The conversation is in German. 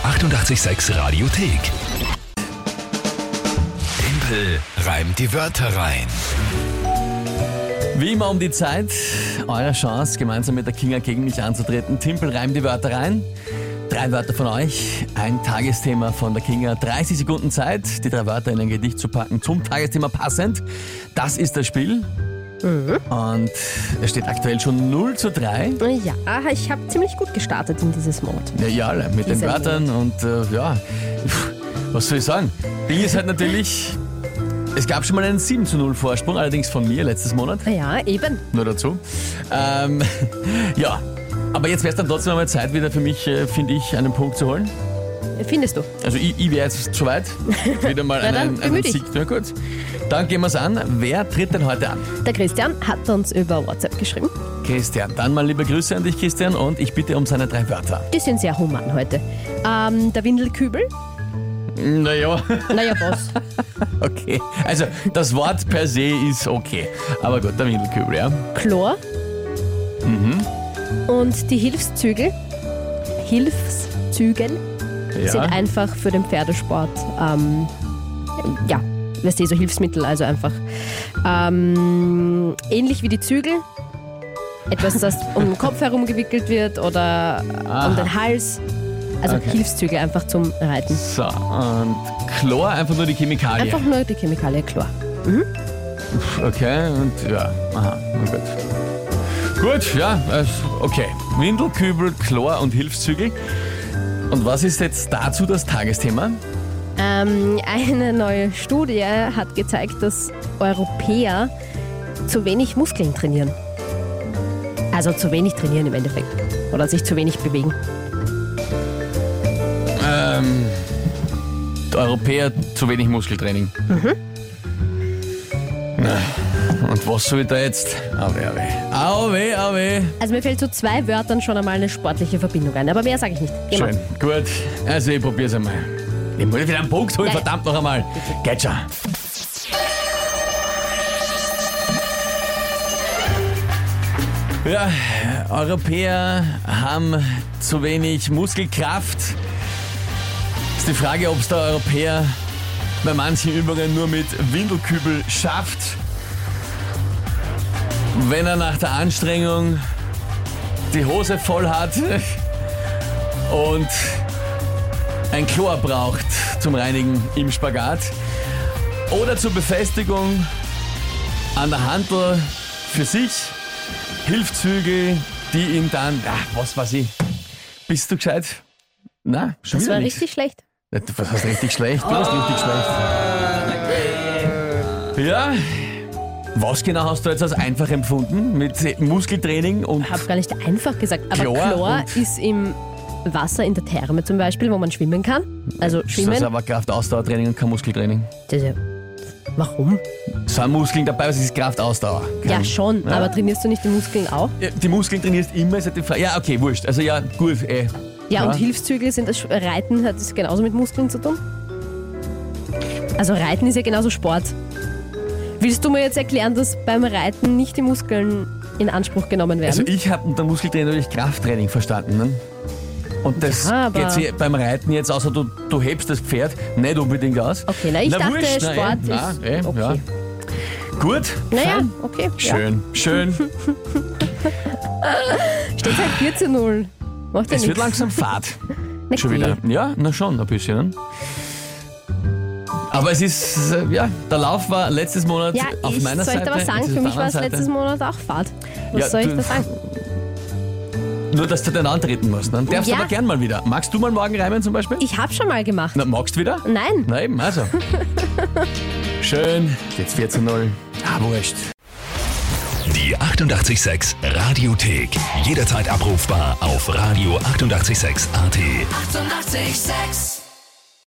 886 Radiothek. Tempel reimt die Wörter rein. Wie immer um die Zeit, eure Chance, gemeinsam mit der Kinga gegen mich anzutreten. Timpel reimt die Wörter rein. 3 Wörter von euch, ein Tagesthema von der Kinga. 30 Sekunden Zeit, die 3 Wörter in ein Gedicht zu packen, zum Tagesthema passend. Das ist das Spiel. Und es steht aktuell schon 0:3. Ja, ich habe ziemlich gut gestartet in dieses Mode. Ja, mit den Diese Wörtern und was soll ich sagen? Ding ist halt natürlich, es gab schon mal einen 7:0 Vorsprung, allerdings von mir letztes Monat. Ja, eben. Nur dazu. Ja, aber jetzt wäre es dann trotzdem einmal Zeit wieder für mich, finde ich, einen Punkt zu holen. Findest du? Also ich wäre jetzt soweit. Wieder mal einen Sieg. Na gut. Dann gehen wir es an. Wer tritt denn heute an? Der Christian hat uns über WhatsApp geschrieben. Christian. Dann mal liebe Grüße an dich, Christian, und ich bitte um seine 3 Wörter. Die sind sehr human heute. Der Windelkübel. Naja. Naja, was? Okay. Also das Wort per se ist okay. Aber gut, der Windelkübel, ja. Chlor. Und die Hilfszügel sind einfach für den Pferdesport, weißt du, so Hilfsmittel, also einfach ähnlich wie die Zügel. Etwas, das um den Kopf herum gewickelt wird oder um den Hals. Also Okay. Hilfszüge einfach zum Reiten. So, und Chlor, einfach nur die Chemikalie. Einfach nur die Chemikalie Chlor. Okay, und ja, aha, na gut. Gut, ja, okay. Windelkübel, Chlor und Hilfszügel. Und was ist jetzt dazu das Tagesthema? Eine neue Studie hat gezeigt, dass Europäer zu wenig Muskeln trainieren. Also zu wenig trainieren im Endeffekt. Oder sich zu wenig bewegen. Europäer zu wenig Muskeltraining. Na, und was soll ich da jetzt? Auweh. Also mir fällt zu 2 Wörtern schon einmal eine sportliche Verbindung ein. Aber mehr sage ich nicht. Geh mal. Schön, gut. Also ich probier's einmal. Ich muss wieder einen Punkt holen, Ja. verdammt noch einmal. Geht schon. Ja, Europäer haben zu wenig Muskelkraft. Ist die Frage, ob es der Europäer bei manchen Übungen nur mit Windelkübel schafft. Wenn er nach der Anstrengung die Hose voll hat und ein Chlor braucht zum Reinigen im Spagat oder zur Befestigung an der Hantel für sich Hilfszügel, die ihn dann, was weiß ich, bist du gescheit? Na, schon Das wieder war nichts. richtig schlecht. Was heißt richtig schlecht? Du hast richtig schlecht. Ja, was genau hast du jetzt als einfach empfunden mit Muskeltraining und Ich habe gar nicht einfach gesagt. Aber Chlor Chlor und- ist im Wasser in der Therme zum Beispiel, wo man schwimmen kann. Also das schwimmen. ist aber Kraftausdauertraining und kein Muskeltraining. Das ist ja, warum? Es sind Muskeln dabei, aber es ist Kraftausdauer. Ja, schon. Ja. Aber trainierst du nicht die Muskeln auch? Ja, die Muskeln trainierst immer, ist halt die Frage. Ja, okay, wurscht. Also ja, gut, Ja, und Hilfszügel sind das Reiten, hat das genauso mit Muskeln zu tun? Also Reiten ist ja genauso Sport. Willst du mir jetzt erklären, dass beim Reiten nicht die Muskeln in Anspruch genommen werden? Also ich habe unter Muskeltraining natürlich Krafttraining verstanden. Ne? Und das Ja, aber- geht sich beim Reiten jetzt, außer du hebst das Pferd nicht unbedingt aus. Okay, na, ich dachte, wurscht, Sport ist okay. okay. Ja. Gut, Naja, fein. okay. Ja. Schön. Steht halt 4:0. Macht ja Es wird nichts. langsam Fahrt. Na, Schon geh. wieder. Ja, na schon, ein bisschen. Ne? Aber es ist, der Lauf war letztes Monat Ja, auf ich meiner sollte Seite. aber sagen, jetzt ist für auf mich der war es anderen letztes Seite. Monat auch Fahrt. Was Ja, soll ich du- da sagen? Nur, dass du den antreten musst. Ne? Darfst Ja. aber gern mal wieder. Magst du mal morgen reimen zum Beispiel? Ich habe schon mal gemacht. Na, magst du wieder? Nein. Na eben, also. Schön, jetzt 4:0. Wurscht. Die 886 Radiothek. Jederzeit abrufbar auf radio886.at. 886! 886